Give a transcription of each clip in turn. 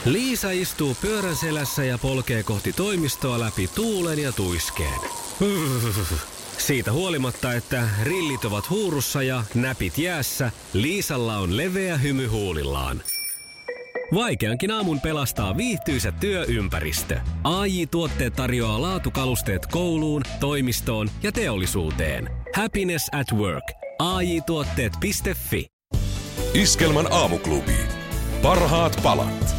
Liisa istuu pyörän selässä ja polkee kohti toimistoa läpi tuulen ja tuiskeen. Siitä huolimatta, että rillit ovat huurussa ja näpit jäässä, Liisalla on leveä hymy huulillaan. Vaikeankin aamun pelastaa viihtyisä työympäristö. AJ-tuotteet tarjoaa laatukalusteet kouluun, toimistoon ja teollisuuteen. Happiness at work. AJ-tuotteet.fi. Iskelmän aamuklubi. Parhaat palat.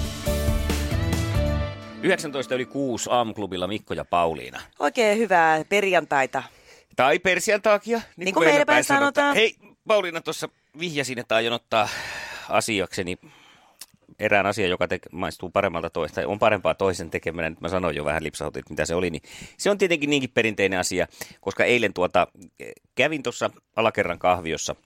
19:06 aamuklubilla Mikko ja Pauliina. Oikein hyvää perjantaita. Tai persiantaakia. Niin kuin meillä päin sanotaan. Hei, Pauliina tuossa vihjasin, että aion ottaa asiakseni erään asian, joka maistuu paremmalta toista, on parempaa toisen tekemänä. Nyt mä sanoin jo vähän lipsahutin, mitä se oli. Niin se on tietenkin niinkin perinteinen asia, koska eilen kävin tuossa alakerran kahviossa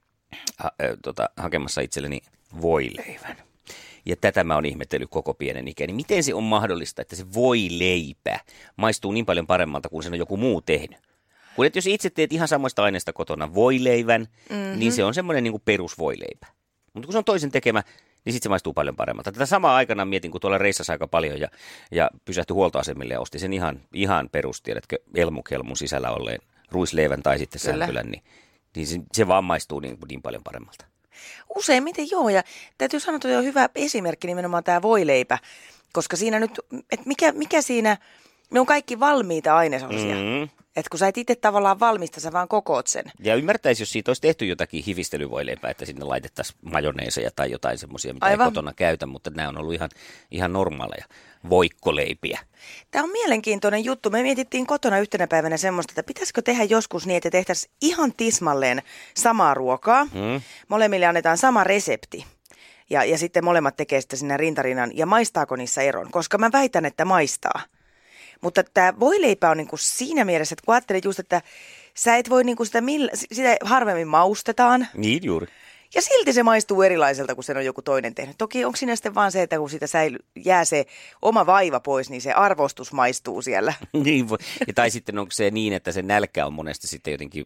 hakemassa itselleni voileivän. Ja tätä mä oon ihmetellyt koko pienen ikäni. Miten se on mahdollista, että se voileipä maistuu niin paljon paremmalta kuin sen on joku muu tehnyt? Kun jos itse teet ihan samoista aineista kotona voileivän, niin se on semmoinen niin kuin perusvoileipä. Mutta kun se on toisen tekemä, niin sitten se maistuu paljon paremmalta. Tätä samaa aikana mietin, kun tuolla reissasi aika paljon ja pysähtyi huoltoasemille ja osti sen ihan perustiedätkö, elmukelmun sisällä olleen ruisleivän tai sitten särkylän, niin se vaan maistuu niin paljon paremmalta. Useimmiten joo, ja täytyy sanoa, että on hyvä esimerkki nimenomaan tämä voileipä, koska siinä nyt, että mikä siinä, ne on kaikki valmiita ainesosia. Että kun sä et itse tavallaan valmista, sä vaan kokoot sen. Ja ymmärtäisi, jos siitä olisi tehty jotakin hifistelyvoileipää, että sinne laitettaisiin majoneeseja tai jotain semmoisia, mitä Aivan. ei kotona käytä, mutta nämä on ollut ihan normaaleja voikkoleipiä. Tämä on mielenkiintoinen juttu. Me mietittiin kotona yhtenä päivänä semmoista, että pitäisikö tehdä joskus niin, että tehtäisiin ihan tismalleen samaa ruokaa. Molemmille annetaan sama resepti. Ja sitten molemmat tekee sitä sinne rintarinnan. Ja maistaako niissä eron? Koska mä väitän, että maistaa. Mutta tämä voileipä on niinku siinä mielessä, että kun ajattelet just, että sä et voi niinku sitä harvemmin maustetaan. Niin juuri. Ja silti se maistuu erilaiselta, kun sen on joku toinen tehnyt. Toki onko siinä sitten vaan se, että kun siitä jää se oma vaiva pois, niin se arvostus maistuu siellä. Niin voi. Ja tai sitten onko se niin, että se nälkä on monesti sitten jotenkin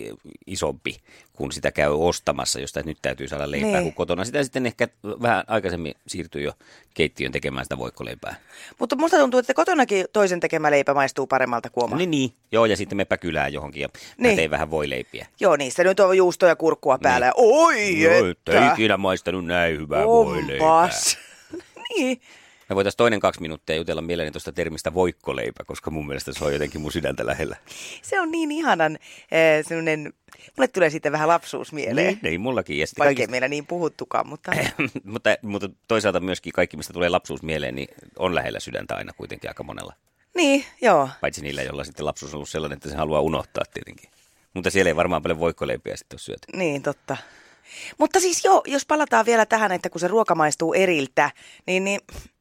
isompi, kun sitä käy ostamassa, josta nyt täytyy saada leipää niin. kuin kotona. Sitä sitten ehkä vähän aikaisemmin siirtyy jo keittiön tekemään sitä voikkoleipää. Mutta musta tuntuu, että kotonakin toisen tekemä leipä maistuu paremmalta kuin oma. Niin. Joo, ja sitten mepä kylään johonkin ja mä tein vähän voileipiä. Joo, niistä nyt on juustoa ja kurkkua päällä. Niin. Oi, että! Ei ikinä maistanut näin hyvää voileipää. Niin. Me voitaisiin toinen 2 minuuttia jutella mielelläni tuosta termistä voikkoleipä, koska mun mielestä se on jotenkin mun sydäntä lähellä. Se on niin ihanan sellainen, mulle tulee siitä vähän lapsuus mieleen. Niin mullakin. Ja vaikka kaikista meillä niin puhuttukaan, mutta... mutta toisaalta myöskin kaikki, mistä tulee lapsuus mieleen, niin on lähellä sydäntä aina kuitenkin aika monella. Niin, joo. Paitsi niillä, joilla sitten lapsuus on ollut sellainen, että se haluaa unohtaa tietenkin. Mutta siellä ei varmaan paljon voikkoleipiä sitten ole syöty. Niin, totta. Mutta siis joo, jos palataan vielä tähän, että kun se ruoka maistuu eriltä, niin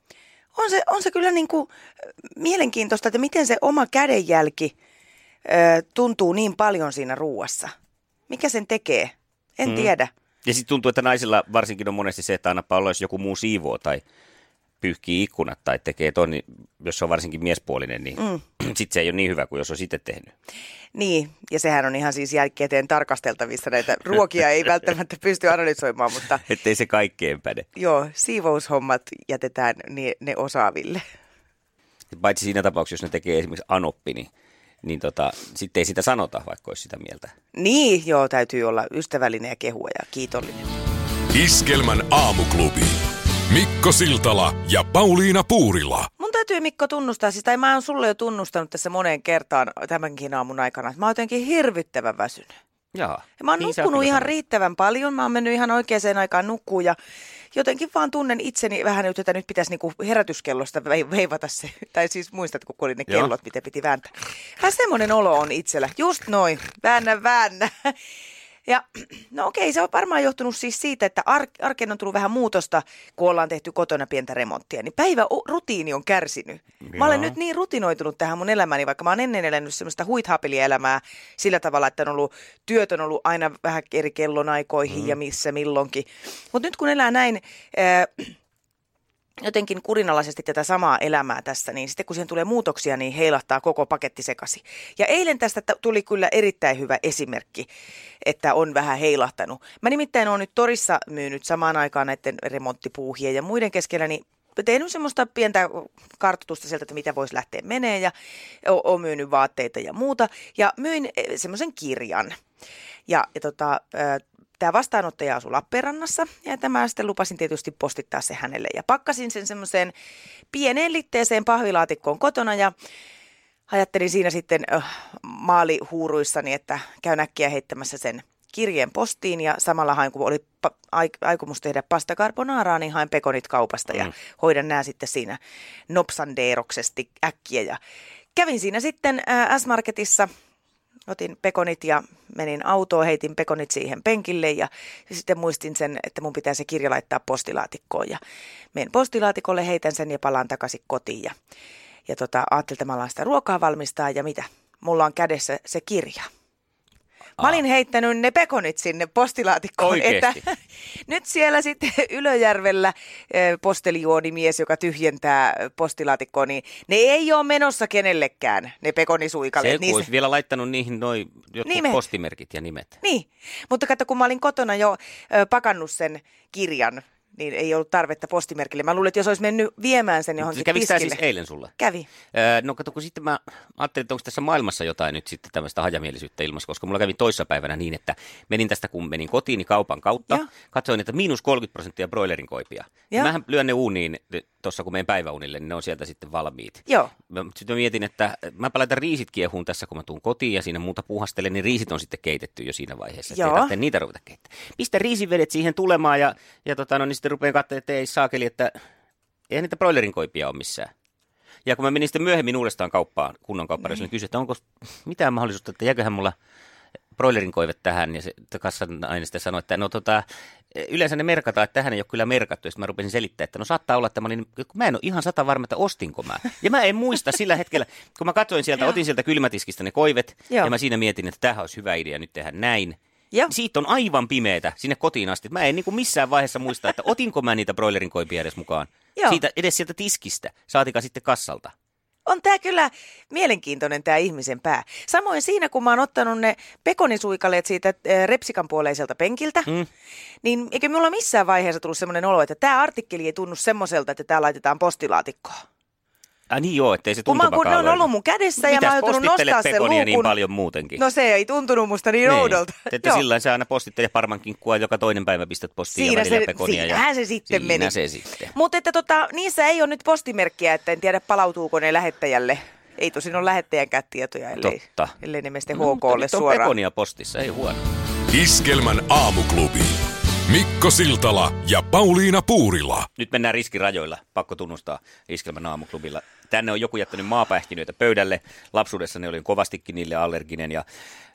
on se kyllä niin kuin mielenkiintoista, että miten se oma kädenjälki tuntuu niin paljon siinä ruuassa. Mikä sen tekee? En tiedä. Ja sitten tuntuu, että naisilla varsinkin on monesti se, että annapa olla, jos joku muu siivoo tai pyyhkii ikkunat tai tekee ton, niin jos se on varsinkin miespuolinen, niin sitten se ei ole niin hyvä kuin jos on itse tehnyt. Niin, ja sehän on ihan siis jälkikäteen tarkasteltavissa. Näitä ruokia ei välttämättä pysty analysoimaan, mutta... Ettei se kaikkeen päde. Joo, siivoushommat jätetään ne osaaville. Paitsi siinä tapauksessa, jos ne tekee esimerkiksi anoppi, niin sitten ei sitä sanota, vaikka olisi sitä mieltä. Niin, joo, täytyy olla ystävällinen ja kehua ja kiitollinen. Iskelmän aamuklubi. Mikko Siltala ja Pauliina Puurila. Mun täytyy, Mikko, tunnustaa, siis tai mä oon sulle jo tunnustanut tässä moneen kertaan tämänkin aamun aikana, että mä oon jotenkin hirvittävän väsynyt. Jaa. Ja mä oon nukkunut ihan riittävän paljon, mä oon mennyt ihan oikeaan aikaan nukkuun ja jotenkin vaan tunnen itseni vähän, että nyt pitäisi niinku herätyskellosta veivata se. Tai siis muistatko, kun oli ne kellot, mitä piti vääntää. Vähän semmoinen olo on itsellä. Just noin. Väännä. Ja no okei, se on varmaan johtunut siis siitä, että arkeen on tullut vähän muutosta, kun ollaan tehty kotona pientä remonttia. Niin päivärutiini on kärsinyt. Mä olen nyt niin rutinoitunut tähän mun elämääni, vaikka mä oon ennen elänyt semmoista huithapelielämää sillä tavalla, että työt on ollut aina vähän eri kellonaikoihin ja missä milloinkin. Mutta nyt kun elää näin... jotenkin kurinalaisesti tätä samaa elämää tässä, niin sitten kun siihen tulee muutoksia, niin heilahtaa koko paketti sekaisin. Ja eilen tästä tuli kyllä erittäin hyvä esimerkki, että on vähän heilahtanut. Mä nimittäin olen nyt torissa myynyt samaan aikaan näiden remonttipuuhien ja muiden keskellä, niin tehnyt semmoista pientä kartoitusta sieltä, että mitä voisi lähteä menee ja olen myynyt vaatteita ja muuta. Ja myin semmoisen kirjan. Ja tämä vastaanottaja asui Lappeenrannassa ja tämä sitten lupasin tietysti postittaa se hänelle. Ja pakkasin sen semmoiseen pieneen litteeseen pahvilaatikkoon kotona ja ajattelin siinä sitten maalihuuruissani, että käyn äkkiä heittämässä sen kirjeen postiin ja samalla hain, kun oli aikomus tehdä pasta carbonaraa, niin hain pekonit kaupasta ja hoidan nämä sitten siinä nopsandeeroksesti äkkiä. Ja kävin siinä sitten S-Marketissa, otin pekonit ja menin autoon, heitin pekonit siihen penkille ja sitten muistin sen, että mun pitää se kirja laittaa postilaatikkoon. Ja menen postilaatikolle, heitän sen ja palaan takaisin kotiin ja ajattelin, että mä alan sitä ruokaa valmistaa ja mitä? Mulla on kädessä se kirja. Mä olin heittänyt ne pekonit sinne postilaatikkoon, Oikeesti? Että nyt siellä sitten Ylöjärvellä posteljuonimies, joka tyhjentää postilaatikkoon, niin ne ei ole menossa kenellekään, ne pekonisuikaleet. Se olisi vielä laittanut niihin jotkut postimerkit ja nimet. Niin, mutta katso, kun mä olin kotona jo pakannut sen kirjan, niin ei ollut tarvetta postimerkille. Mä luulen, että jos olisi mennyt viemään sen johonkin tiskille. tiskille. Kävi siis eilen sulle? Kävi. No kato, kun sitten mä ajattelin, että onko tässä maailmassa jotain nyt sitten tämmöistä hajamielisyyttä ilmassa, koska mulla kävi toissapäivänä niin, että menin tästä, kun menin kotiini kaupan kautta, katsoin, että -30% broilerin koipia. Mähän lyön ne uuniin tuossa, kun menen päiväunille, niin ne on sieltä sitten valmiit. Joo. Sitten mä mietin, että mä laitan riisit kiehuun tässä, kun mä tuun kotiin ja siinä muuta puhastelen, niin riisit on sitten keitetty jo siinä vaiheessa. Että ei tarvitse niitä ruveta keittämään. Pistä riisivedet siihen tulemaan ja niin sitten rupean katsomaan, että ei saakeli, että eihän niitä broilerin koipia ole missään. Ja kun mä menin sitten myöhemmin uudestaan kauppaan, kunnon kauppaan, niin kysyin, että onko mitään mahdollisuutta, että jääköhän mulla broilerin koivet tähän, ja se kassanainen sitten sanoi, että yleensä ne merkataan, että tähän ei ole kyllä merkattu, ja sitten mä rupesin selittämään, että saattaa olla, että mä en ole ihan 100% varma, että ostinko mä. Ja mä en muista sillä hetkellä, kun mä katsoin sieltä, otin sieltä kylmätiskistä ne koivet, ja mä siinä mietin, että tämähän olisi hyvä idea nyt tehdä näin. Siitä on aivan pimeätä sinne kotiin asti. Mä en missään vaiheessa muista, että otinko mä niitä broilerin koipia edes mukaan. Edes sieltä tiskistä, saatika sitten kassalta. On tämä kyllä mielenkiintoinen tämä ihmisen pää. Samoin siinä, kun mä oon ottanut ne pekonisuikaleet siitä repsikan puoleiselta penkiltä, niin eikö minulla missään vaiheessa tullut semmoinen olo, että tämä artikkeli ei tunnu semmoiselta, että tämä laitetaan postilaatikkoon. Niin joo, ettei se tuntumakaan. Kun ne on ollut mun kädessä ja mä oon joutunut nostaa sen luukun. niin paljon muutenkin? No se ei tuntunut musta niin oudolta. Että sillä sä aina postittelee parmankinkkua, joka toinen päivä pistät postiin ja välillä pekonia. Siinähän se sitten meni. Siinä se sitten. Mutta että niissä ei ole nyt postimerkkiä, että en tiedä palautuuko ne lähettäjälle. Ei tosin ole lähettäjänkään tietoja, ellei ne mene HK:lle suoraan. On pekonia postissa, ei huono. Iskelmän aamuklubi. Mikko Siltala ja Pauliina Puurila. Nyt mennään riskirajoilla, pakko tunnustaa Iskelmän aamuklubilla. Tänne on joku jättänyt maapähkinöitä pöydälle. Lapsuudessani olin kovastikin niille allerginen ja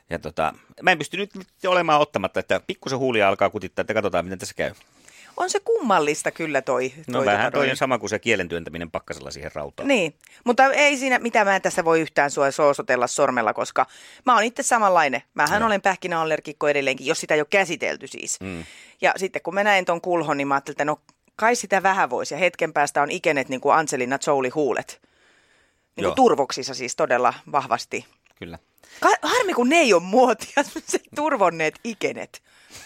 mä en pysty nyt olemaan ottamatta, että pikkusen huulia alkaa kutittaa, että katsotaan miten tässä käy. On se kummallista kyllä toi. No vähän toi on sama kuin se kielen työntäminen pakkasella siihen rautaan. Niin, mutta ei siinä mitään, mä en tässä voi yhtään sua soosotella sormella, koska mä oon itse samanlainen. Mähän olen pähkinäallergikko edelleenkin, jos sitä ei ole käsitelty siis. Ja sitten kun mä näin ton kulhon, niin mä ajattelin, että no kai sitä vähän voisi. Ja hetken päästä on ikenet niin kuin Angelina Jolie huulet. Niin kuin turvoksissa siis todella vahvasti. Kyllä. Harmi kun ne ei ole muotia, se turvonneet ikenet.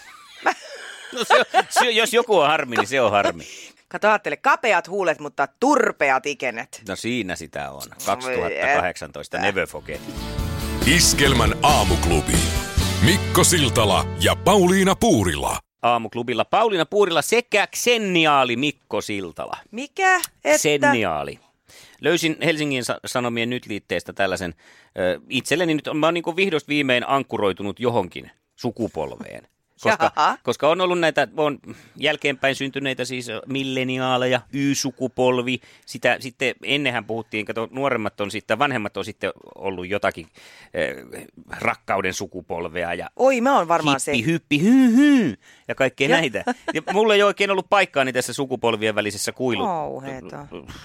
No jos joku on harmi, niin se on harmi. Kato, ajattele, kapeat huulet, mutta turpeat ikenet. No siinä sitä on. 2018, never forget. Iskelmän aamuklubi. Mikko Siltala ja Pauliina Puurila. Aamuklubilla Pauliina Puurila sekä Xenniaali Mikko Siltala. Mikä? Xenniaali. Löysin Helsingin Sanomien nyt-liitteestä tällaisen, itselleni nyt mä oon niin kuin vihdosta viimein ankkuroitunut johonkin sukupolveen. Koska on ollut näitä, on jälkeenpäin syntyneitä siis milleniaaleja, Y-sukupolvi, sitä sitten ennenhän puhuttiin, kato nuoremmat on sitten, vanhemmat on sitten ollut jotakin rakkauden sukupolvea ja oi, mä oon varmaan hippi, hyppi, hy, ja kaikkea näitä. Ja mulla ei oikein ollut paikkaani tässä sukupolvien välisessä kuilussa.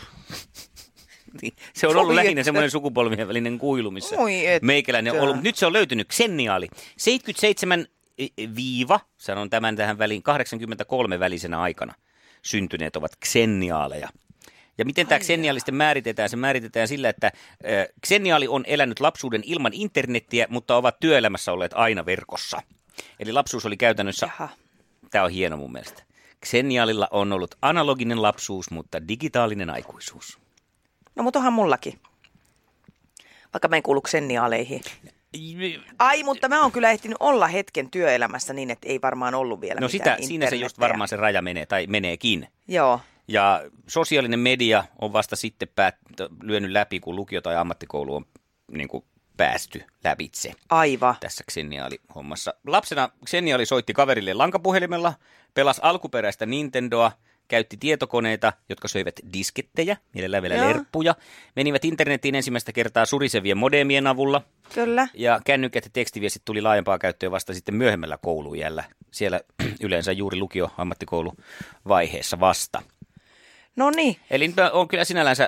Se on ollut lähinnä semmoinen sukupolvien välinen kuilu, missä meikäläinen on ollut. Nyt se on löytynyt, Xenniaali. 77 sanon tämän tähän väliin, 83 välisenä aikana syntyneet ovat Xenniaaleja. Ja miten tämä Xenniaali sitten määritetään? Se määritetään sillä, että Xenniaali on elänyt lapsuuden ilman internettiä, mutta ovat työelämässä olleet aina verkossa. Eli lapsuus oli käytännössä, tämä on hieno mun mielestä, Xenialilla on ollut analoginen lapsuus, mutta digitaalinen aikuisuus. No mutta onhan mullakin. Vaikka mä en kuulu Xenialeihin. Ai, mutta mä oon kyllä ehtinyt olla hetken työelämässä niin, että ei varmaan ollut vielä No mitään siinä se just varmaan se raja menee, tai meneekin. Joo. Ja sosiaalinen media on vasta sitten lyönyt läpi, kun lukio tai ammattikoulu on niin kuin päästy lävitse. Aivan. Tässä Xeniali-hommassa. Lapsena Xeniali soitti kaverille lankapuhelimella, pelasi alkuperäistä Nintendoa, käytti tietokoneita, jotka söivät diskettejä, mielellään vielä lerppuja. Menivät internetiin ensimmäistä kertaa surisevien modemien avulla. Kyllä. Ja kännykät ja tekstiviestit tuli laajempaa käyttöön vasta sitten myöhemmällä kouluiällä. Siellä yleensä juuri lukio-ammattikouluvaiheessa vasta. No niin. Eli on kyllä sinällänsä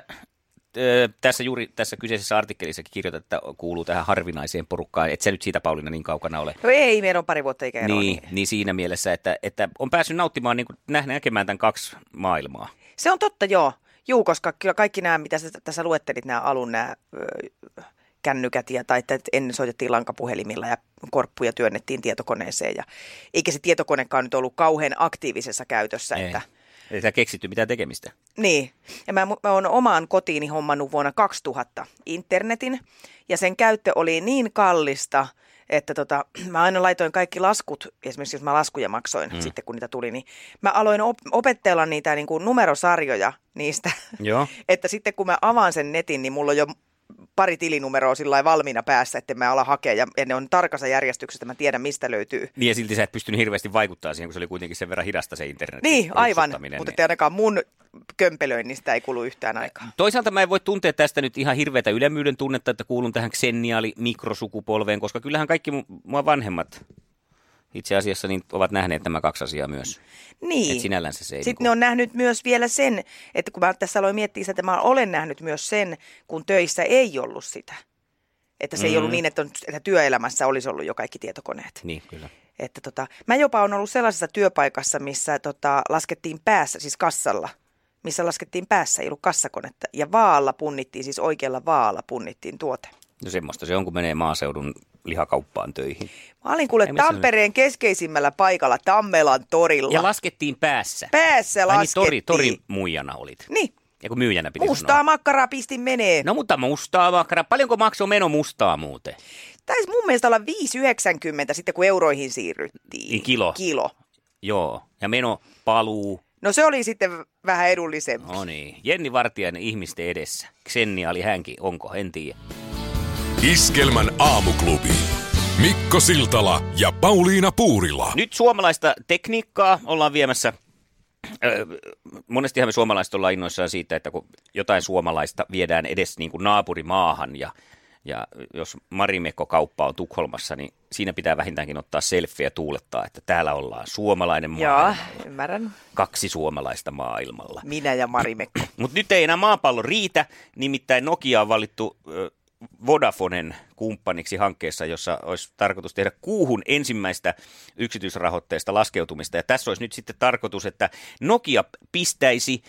tässä kyseisessä artikkelissakin kirjoitat, että kuuluu tähän harvinaiseen porukkaan. Et sä nyt siitä, Pauliina, niin kaukana ole. No ei, meillä on pari vuotta ikäeroa. Niin siinä mielessä, että on päässyt nauttimaan, niin kuin näkemään tämän kaksi maailmaa. Se on totta, joo. Juu, koska kyllä kaikki nämä, mitä sä tässä luettelit, nämä alun nämä kännykät tai että ennen soitettiin lankapuhelimilla ja korppuja työnnettiin tietokoneeseen. Eikä se tietokonekaan nyt ollut kauhean aktiivisessa käytössä. Ei. Ei sä keksitty mitään tekemistä. Niin. Ja mä oon omaan kotiini hommannut vuonna 2000 internetin. Ja sen käyttö oli niin kallista, että mä aina laitoin kaikki laskut, esimerkiksi jos mä laskuja maksoin sitten kun niitä tuli, niin mä aloin opettella niitä niin kuin numerosarjoja niistä. Joo. Että sitten kun mä avaan sen netin, niin mulla on jo pari tilinumeroa sillä valmiina päässä, että mä ala hakea, ja ne on tarkassa järjestyksessä, mä tiedän mistä löytyy. Niin ja silti sä et pystynyt hirveästi vaikuttaa siihen, kun se oli kuitenkin sen verran hidasta se internet. Niin, aivan, mutta niin. Ainakaan mun kömpelöinnistä ei kulu yhtään aikaa. Toisaalta mä en voi tuntea tästä nyt ihan hirveätä ylemmyyden tunnetta, että kuulun tähän Xeniali-mikrosukupolveen, koska kyllähän kaikki mua vanhemmat itse asiassa niin ovat nähneet nämä kaksi asiaa myös. Niin. Et sinällänsä se ei sitten ne on nähnyt myös vielä sen, että kun mä tässä aloin miettiä sitä, että mä olen nähnyt myös sen, kun töissä ei ollut sitä. Että se ei ollut niin, että työelämässä olisi ollut jo kaikki tietokoneet. Niin, kyllä. Että mä jopa olen ollut sellaisessa työpaikassa, missä laskettiin päässä, siis kassalla, missä laskettiin päässä, ei ollut kassakonetta. Ja vaalla punnittiin, siis oikealla vaalla punnittiin tuote. No semmoista se on, kun menee maaseudun lihakauppaan töihin. Mä olin kuule Tampereen keskeisimmällä paikalla, Tammelan torilla. Ja laskettiin päässä. Päässä laskettiin. Niin tori muijana olit. Niin. Ja kun myyjänä piti mustaa sanoa. makkaraa pistin menee. No mutta mustaa makkaraa. Paljonko maksoi meno mustaa muuten? Taisi mun mielestä olla 5,90 sitten kun euroihin siirryttiin. Niin kilo. Joo. Ja meno paluu. No se oli sitten vähän edullisempi. No niin. Jenni Vartiainen ihmisten edessä. Xeniali hänkin, onko? En tiedä. Iskelmän aamuklubi. Mikko Siltala ja Pauliina Puurila. Nyt suomalaista tekniikkaa ollaan viemässä. Monestihan me suomalaiset ollaan innoissaan siitä, että kun jotain suomalaista viedään edes niin kuin naapurimaahan ja jos Marimekko-kauppa on Tukholmassa, niin siinä pitää vähintäänkin ottaa selfie ja tuulettaa, että täällä ollaan suomalainen maailma. Joo, ymmärrän. 2 suomalaista maailmalla. Minä ja Marimekko. Mutta nyt ei enää maapallo riitä, nimittäin Nokia on valittu Vodafonen kumppaniksi hankkeessa, jossa olisi tarkoitus tehdä kuuhun ensimmäistä yksityisrahoitteista laskeutumista. Ja tässä olisi nyt sitten tarkoitus, että Nokia pistäisi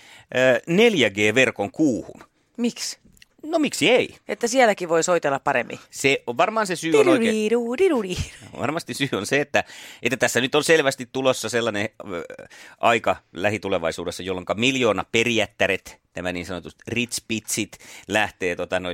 4G-verkon kuuhun. Miksi? No miksi ei? Että sielläkin voi soitella paremmin. Se on varmaan se syy on oikein. Varmasti syy on se, että tässä nyt on selvästi tulossa sellainen aika lähitulevaisuudessa, jolloin miljoona perijättäret, nämä niin sanotut rich bitsit, lähtee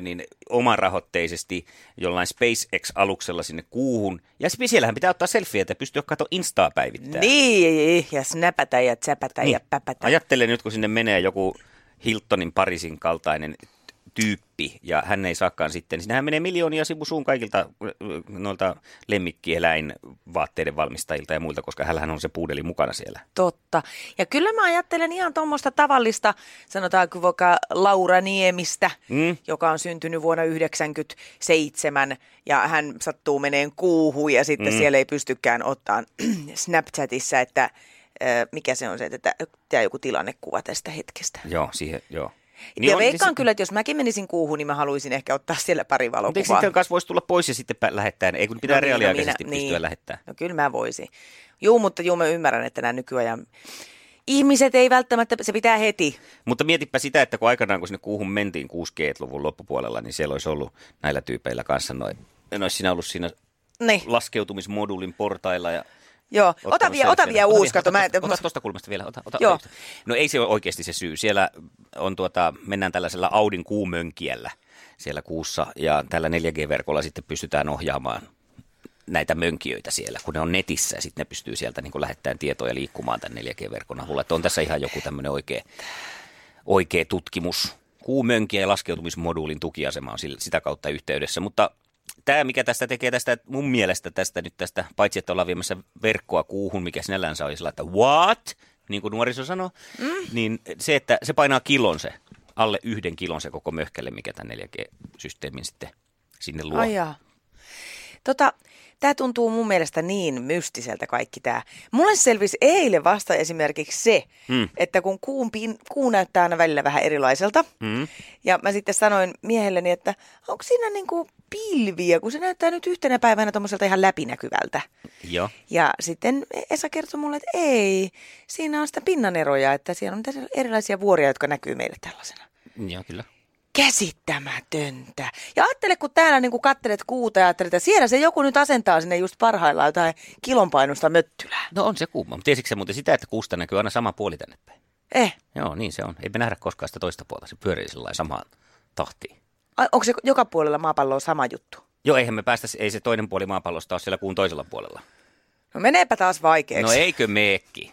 omarahoitteisesti jollain SpaceX-aluksella sinne kuuhun. Ja siellähän pitää ottaa selfieitä ja pystyä katsoa Instaa päivittämään. Niin, ja snäpätä ja tsäpätä ja päpätä. Ajattelen nyt, kun sinne menee joku Hiltonin Pariisin kaltainen tyyppi, ja hän ei saakaan sitten, sinähän menee miljoonia sivusuun kaikilta noilta lemmikkieläinvaatteiden valmistajilta ja muilta, koska hänhän on se puudeli mukana siellä. Totta. Ja kyllä mä ajattelen ihan tuommoista tavallista, sanotaanko vaikka Laura Niemistä, joka on syntynyt vuonna 1997, ja hän sattuu meneen kuuhun, ja sitten siellä ei pystykään ottaa Snapchatissa, että mikä se on se, että tämä joku tilannekuva tästä hetkestä. Joo, siihen, joo. Niin ja veikkaan kyllä, että jos mäkin menisin kuuhun, niin mä haluaisin ehkä ottaa siellä pari valokuvaa. Mutta eikö sitten kanssa voisi tulla pois ja sitten lähettää? Ei kun pitää reaaliaikaisesti pystyä lähettämään. No kyllä mä voisin. Mutta mä ymmärrän, että nämä nykyajan ihmiset ei välttämättä, se pitää heti. Mutta mietipä sitä, että kun aikanaan kun sinne kuuhun mentiin 6G-luvun loppupuolella, niin siellä olisi ollut näillä tyypeillä kanssa noin. Ne olisi siinä ollut siinä laskeutumismoduulin portailla ja Joo, ota vielä uusi, kato. Ota tuosta kulmasta vielä, ota. No ei se ole oikeasti se syy. Siellä on mennään tällaisella Audin kuumönkijällä siellä kuussa, ja tällä 4G-verkolla sitten pystytään ohjaamaan näitä mönkijöitä siellä, kun ne on netissä, ja sitten ne pystyy sieltä niin lähettämään tietoja liikkumaan tämän 4G-verkon avulla. Että on tässä ihan joku tämmöinen oikea tutkimus. Kuumönkiä ja laskeutumismoduulin tukiasema on sitä kautta yhteydessä, mutta tämä, mikä tästä tekee mun mielestä tästä, paitsi että ollaan viemässä verkkoa kuuhun, mikä sinällään saa sillä, että what? Niin kuin nuoriso sanoo, niin se, että se painaa kilon se, alle 1 kilon se koko möhkälle, mikä tämän 4G-systeemin sitten sinne luo. Tämä tuntuu mun mielestä niin mystiseltä kaikki tämä. Mulle selvisi eilen vasta esimerkiksi se, että kun kuu näyttää aina välillä vähän erilaiselta. Ja mä sitten sanoin miehelleni, että onko siinä niinku pilviä, kun se näyttää nyt yhtenä päivänä tommoselta ihan läpinäkyvältä. Joo. Ja sitten Esa kertoi mulle, että ei, siinä on sitä pinnaneroja, että siellä on erilaisia vuoria, jotka näkyy meille tällaisena. Joo, kyllä. Käsittämätöntä. Ja ajattele, kun täällä niin kun katselet kuuta ja ajattelet, että siellä se joku nyt asentaa sinne just parhaillaan jotain kilonpainosta möttylää. No on se kuuma, mutta tiesitkö sä muuten sitä, että kuusta näkyy aina sama puoli tänne päin? Joo, niin se on. Ei me nähdä koskaan sitä toista puolta, se pyörii sellainen samaan tahtiin. Onko se joka puolella maapalloa sama juttu? Joo, eihän me päästä, ei se toinen puoli maapallosta ole siellä kuun toisella puolella. No meneepä taas vaikeaksi. No eikö meekki?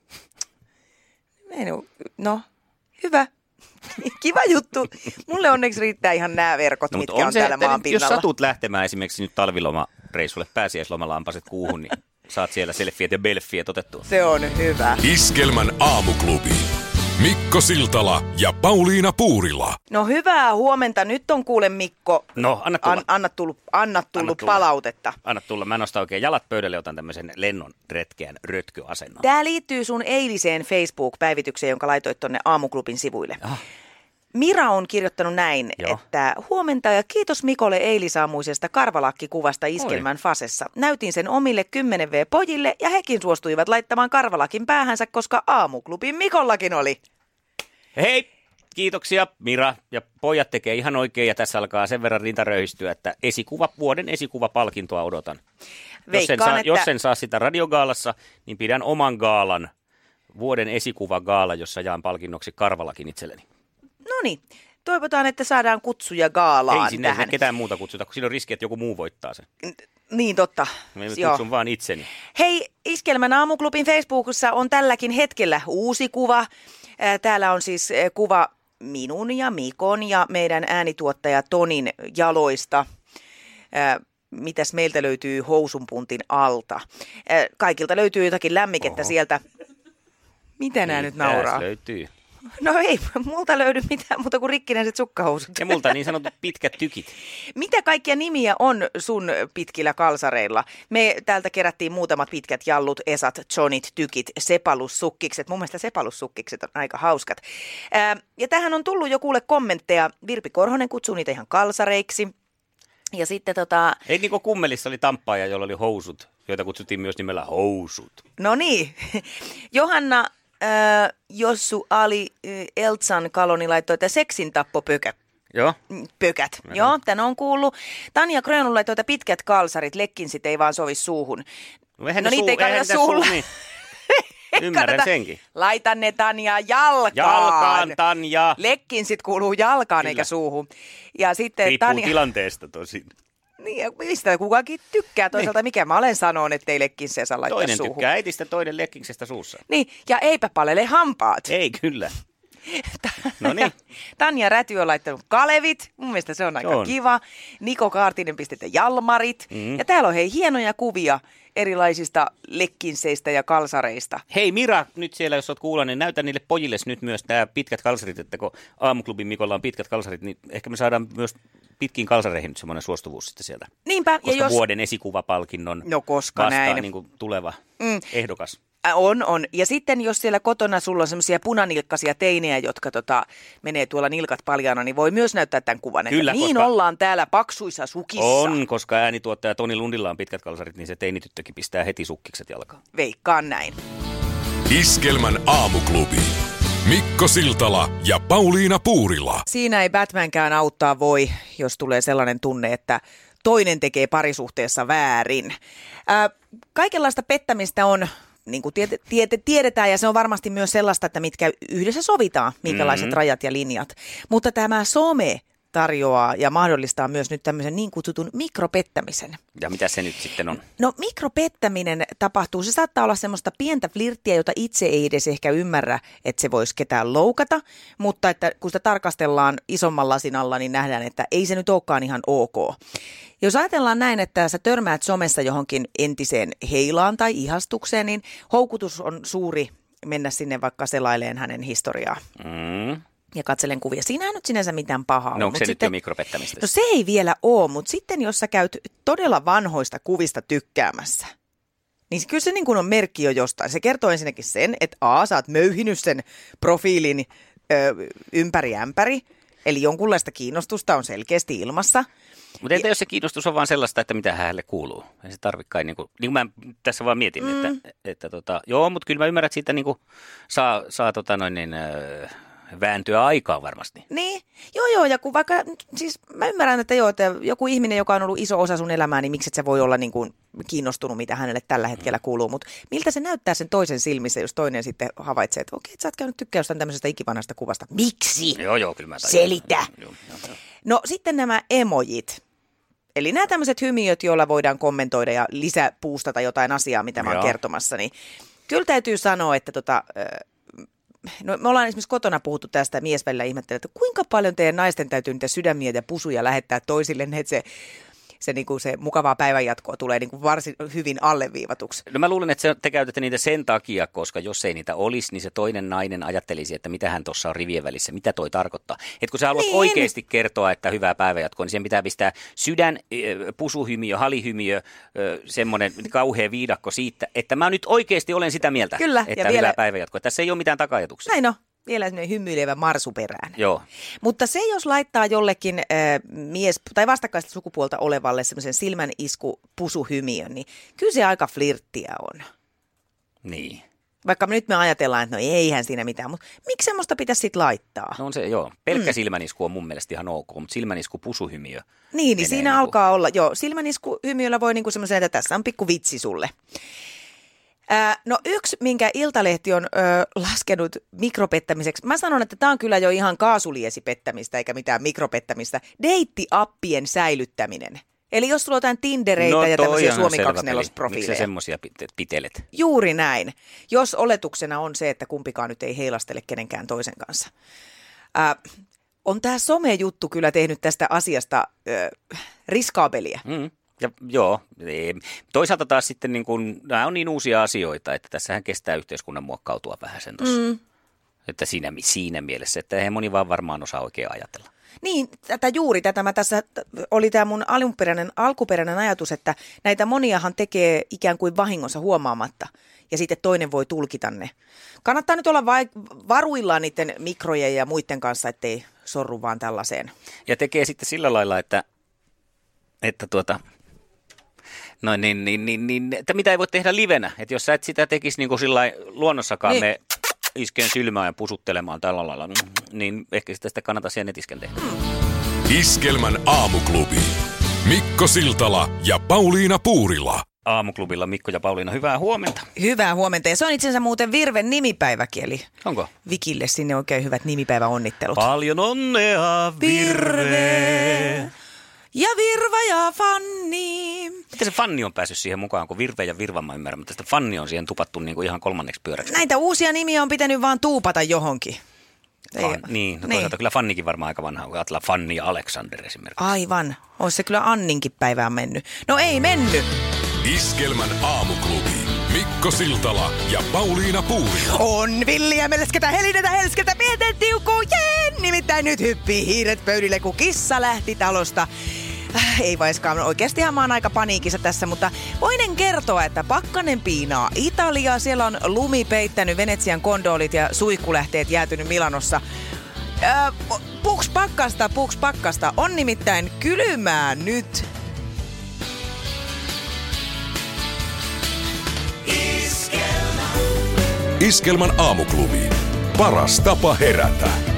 No, hyvä. Kiva juttu. Mulle onneksi riittää ihan nämä verkot, no, mitkä on täällä maan pinnalla. Jos satut lähtemään esimerkiksi nyt talvilomareissulle, pääsiäislomalampaset kuuhun, niin saat siellä selfiet ja belfiet otettua. Se on hyvä. Iskelmän aamuklubi. Mikko Siltala ja Pauliina Puurila. No hyvää huomenta. Nyt on kuule Mikko. No, anna tullut palautetta. Anna tulla. Mä nostan oikein jalat pöydälle, otan tämmöisen lennon retkeän rötkyoasennon. Tää liittyy sun eiliseen Facebook-päivitykseen, jonka laitoit tonne aamuklubin sivuille. Mira on kirjoittanut näin, että huomenta ja kiitos Mikolle eilisaamuisesta karvalakkikuvasta Iskelmän Fasessa. Näytin sen omille 10V-pojille ja hekin suostuivat laittamaan karvalakin päähänsä, koska aamuklubin Mikollakin oli. Hei, kiitoksia Mira, ja pojat tekee ihan oikein ja tässä alkaa sen verran rinta röyhistyä, että vuoden esikuvapalkintoa odotan. Jos sen saa sitä radiogaalassa, niin pidän oman gaalan, vuoden esikuvagaala, jossa jaan palkinnoksi karvalakin itselleni. No niin, toivotaan, että saadaan kutsuja gaalaan ei sinne tähän. Ei ketään muuta kutsuta, kun siinä on riski, että joku muu voittaa sen. Niin, totta. Mä kutsun vaan itseni. Hei, Iskelmän aamuklubin Facebookissa on tälläkin hetkellä uusi kuva. Täällä on siis kuva minun ja Mikon ja meidän äänituottaja Tonin jaloista. Mitäs meiltä löytyy housunpuntin alta? Kaikilta löytyy jotakin lämmikettä sieltä. Mitä nämä nyt nauraa? Löytyy. No ei, multa löydy mitään muuta kuin rikkinäiset sukkahousut. Ja multa niin sanotut pitkät tykit. Mitä kaikkia nimiä on sun pitkillä kalsareilla? Me täältä kerättiin muutamat pitkät jallut, esat, johnit, tykit, sepalussukkikset. Mun mielestä sepalussukkikset on aika hauskat. Ja tähän on tullut jo kuule kommentteja. Virpi Korhonen kutsuu niitä ihan kalsareiksi. Ja sitten Ei niin kuin Kummelissa oli tamppaaja, jolla oli housut, joita kutsuttiin myös nimellä housut. No niin. Johanna Jossu Ali Eltsan Kaloni laittoi, että seksin tappopökät. Joo. Pökät. Joo, tän on kuullut. Tanja Grönlund laittoi, että pitkät kalsarit, lekkinsit ei vaan sovi suuhun. No niitä ei kannata suulla. Niin. Ymmärrän senkin. Laita ne Tanja jalkaan. Jalkaan, Tanja. Lekkinsit kuuluu jalkaan. Kyllä. Eikä suuhun. Ja sitten riippuu Tanja tilanteesta tosin. Niin, mistä kukakin tykkää toisaalta, niin. Mikä mä olen sanonut, että ei lekkinsiä saa laittaa toinen suuhun. Toinen tykkää äitistä, toinen lekkingsestä suussa. Niin, ja eipä palele hampaat. Ei kyllä. No niin. Tanja Räty on laittanut Kalevit, mun mielestä se on aika kiva. Niko Kaartinen pistettä Jalmarit. Ja täällä on hienoja kuvia erilaisista lekkinseistä ja kalsareista. Hei Mira, nyt siellä jos oot kuulla, niin näytä niille pojille nyt myös nämä pitkät kalsarit, että kun aamuklubin Mikolla on pitkät kalsarit, niin ehkä me saadaan myös pitkin kalsareihin nyt semmoinen suostuvuus sitten sieltä. Niinpä. Koska ja vuoden esikuvapalkinnon vastaa näin. Niin kuin tuleva ehdokas. On. Ja sitten jos siellä kotona sulla on semmoisia punanilkkaisia teinejä, jotka menee tuolla nilkat paljaana, niin voi myös näyttää tämän kuvan. Kyllä, niin ollaan täällä paksuissa sukissa. On, koska äänituottaja Toni Lundilla on pitkät kalsarit, niin se teinityttökin pistää heti sukkikset jalkaan. Veikkaan näin. Iskelmän aamuklubi. Mikko Siltala ja Pauliina Puurila. Siinä ei Batmankään auttaa voi, jos tulee sellainen tunne, että toinen tekee parisuhteessa väärin. Kaikenlaista pettämistä on, niin kuin tiedetään, ja se on varmasti myös sellaista, että mitkä yhdessä sovitaan, minkälaiset rajat ja linjat. Mutta tämä some tarjoaa ja mahdollistaa myös nyt tämmöisen niin kutsutun mikropettämisen. Ja mitä se nyt sitten on? No mikropettäminen tapahtuu. Se saattaa olla semmoista pientä flirttiä, jota itse ei edes ehkä ymmärrä, että se voisi ketään loukata. Mutta että kun sitä tarkastellaan isomman lasin alla, niin nähdään, että ei se nyt olekaan ihan ok. Jos ajatellaan näin, että sä törmäät somessa johonkin entiseen heilaan tai ihastukseen, niin houkutus on suuri mennä sinne vaikka selaileen hänen historiaa. Ja katselen kuvia. Siinä ei nyt sinänsä mitään pahaa. No onko se nyt jo mikropettämistä? No se ei vielä ole, mutta sitten jos sä käyt todella vanhoista kuvista tykkäämässä, niin kyllä se niin kuin on merkki jo jostain. Se kertoo ensinnäkin sen, että sä oot möyhinyt sen profiilin ympäri ämpäri, eli jonkunlaista kiinnostusta on selkeästi ilmassa. Mutta entä jos se kiinnostus on vaan sellaista, että mitä hänelle kuuluu? Ei se tarvitse kai, niin kuin mä tässä vaan mietin, että joo, mutta kyllä mä ymmärrän, että siitä niin kuin saa vääntyä aikaa varmasti. Niin, joo, ja kun vaikka, siis mä ymmärrän, että joku ihminen, joka on ollut iso osa sun elämää, niin miksi et sä voi olla niin kuin kiinnostunut, mitä hänelle tällä hetkellä kuuluu, mutta miltä se näyttää sen toisen silmissä, jos toinen sitten havaitsee, että okei, sä oot käynyt tykkää jostain tämmöisestä ikivanhasta kuvasta. Miksi? Joo, kyllä mä selitä. Joo. No sitten nämä emojit. Eli nämä tämmöiset hymiöt, joilla voidaan kommentoida ja lisäpuustata jotain asiaa, mitä mä oon kertomassa, niin kyllä täytyy sanoa, että no, me ollaan esimerkiksi kotona puhuttu tästä, mies välillä ihmettelee, että kuinka paljon teidän naisten täytyy niitä sydämiä ja pusuja lähettää toisille, että se mukavaa päivänjatkoa tulee niin kuin varsin hyvin alleviivatuksi. No mä luulen, että te käytätte niitä sen takia, koska jos ei niitä olisi, niin se toinen nainen ajattelisi, että mitä hän tuossa on rivien välissä, mitä toi tarkoittaa. Että kun sä haluat oikeasti kertoa, että hyvää päivänjatkoa, niin siihen pitää pistää sydän, pusuhymiö, halihymiö, semmoinen kauhea viidakko siitä, että mä nyt oikeasti olen sitä mieltä, kyllä, että hyvää päivänjatkoa. Tässä ei ole mitään taka-ajatuksia. Näin on. Vielä semmoinen hymyilevä marsuperään. Joo. Mutta se, jos laittaa jollekin mies tai vastakkaista sukupuolta olevalle semmoisen silmän isku pusuhymiön, niin kyllä se aika flirttiä on. Niin. Vaikka nyt me ajatellaan, että no eihän siinä mitään, mutta miksi semmoista pitäisi sitten laittaa? No on se, joo. Pelkkä silmänisku on mun mielestä ihan ok, mutta silmänisku pusuhymiö. Niin siinä alkaa olla, silmänisku hymiöllä voi niinku semmoisen, että tässä on pikku vitsi sulle. No yksi, minkä Iltalehti on laskenut mikropettämiseksi, mä sanon, että tämä on kyllä jo ihan kaasuliesipettämistä eikä mitään mikropettämistä, deittiappien säilyttäminen. Eli jos sulla on jotain Tindereitä ja tämmöisiä Suomi 24-profiileja. Miksi sä semmoisia pitelet? Juuri näin. Jos oletuksena on se, että kumpikaan nyt ei heilastele kenenkään toisen kanssa. On tämä somejuttu kyllä tehnyt tästä asiasta riskaabelia. Ja, joo, toisaalta taas sitten niin kun, nämä on niin uusia asioita, että tässähän kestää yhteiskunnan muokkautua vähän sen tuossa. Että siinä mielessä, että eihän moni vaan varmaan osaa oikein ajatella. Niin, tässä oli tämä mun alkuperäinen ajatus, että näitä moniahan tekee ikään kuin vahingossa huomaamatta ja sitten toinen voi tulkita ne. Kannattaa nyt olla varuillaan niiden mikrojen ja muiden kanssa, ettei sorru vaan tällaiseen. Ja tekee sitten sillä lailla, että mitä ei voi tehdä livenä. Että jos sä et sitä tekisi niin kuin sillä luonnossakaan niin. Me iskeen silmään ja pusuttelemaan tällä lailla, niin ehkä sitä kannata siihen netisken tehdä. Iskelmän aamuklubi. Mikko Siltala ja Pauliina Puurila. Aamuklubilla Mikko ja Pauliina, hyvää huomenta. Hyvää huomenta, ja se on itse asiassa muuten Virven nimipäiväkin, eli onko? Vikille sinne oikein hyvät nimipäiväonnittelut. Paljon onnea, Virve! Ja Virva ja Fanni. Miten se Fanni on päässyt siihen mukaan, kun Virve ja Virva mä ymmärrän, mutta sitä Fanni on siihen tupattu niin kuin ihan kolmanneksi pyöräksi. Näitä uusia nimiä on pitänyt vaan tuupata johonkin. Niin, toisaalta kyllä Fannikin varmaan aika vanha, kun ajatellaan Fanni ja Alexander esimerkiksi. Aivan, olisi se kyllä Anninkin päivään mennyt. No ei mennyt. Iskelmän aamuklubi. Mikko Siltala ja Pauliina Puurila. On villiä melesketä, helinetä, helsketä, pienten tiukkujen. Nimittäin nyt hyppii hiiret pöydille, kun kissa lähti talosta. Ei vaiskaan, oikeastihan mä oon aika paniikissa tässä, mutta voinen kertoa, että pakkanen piinaa Italiaa. Siellä on lumi peittänyt Venetsian kondolit ja suihkulähteet jäätynyt Milanossa. Puks pakkasta. On nimittäin kylmää nyt. Iskelmän aamuklubi. Paras tapa herätä.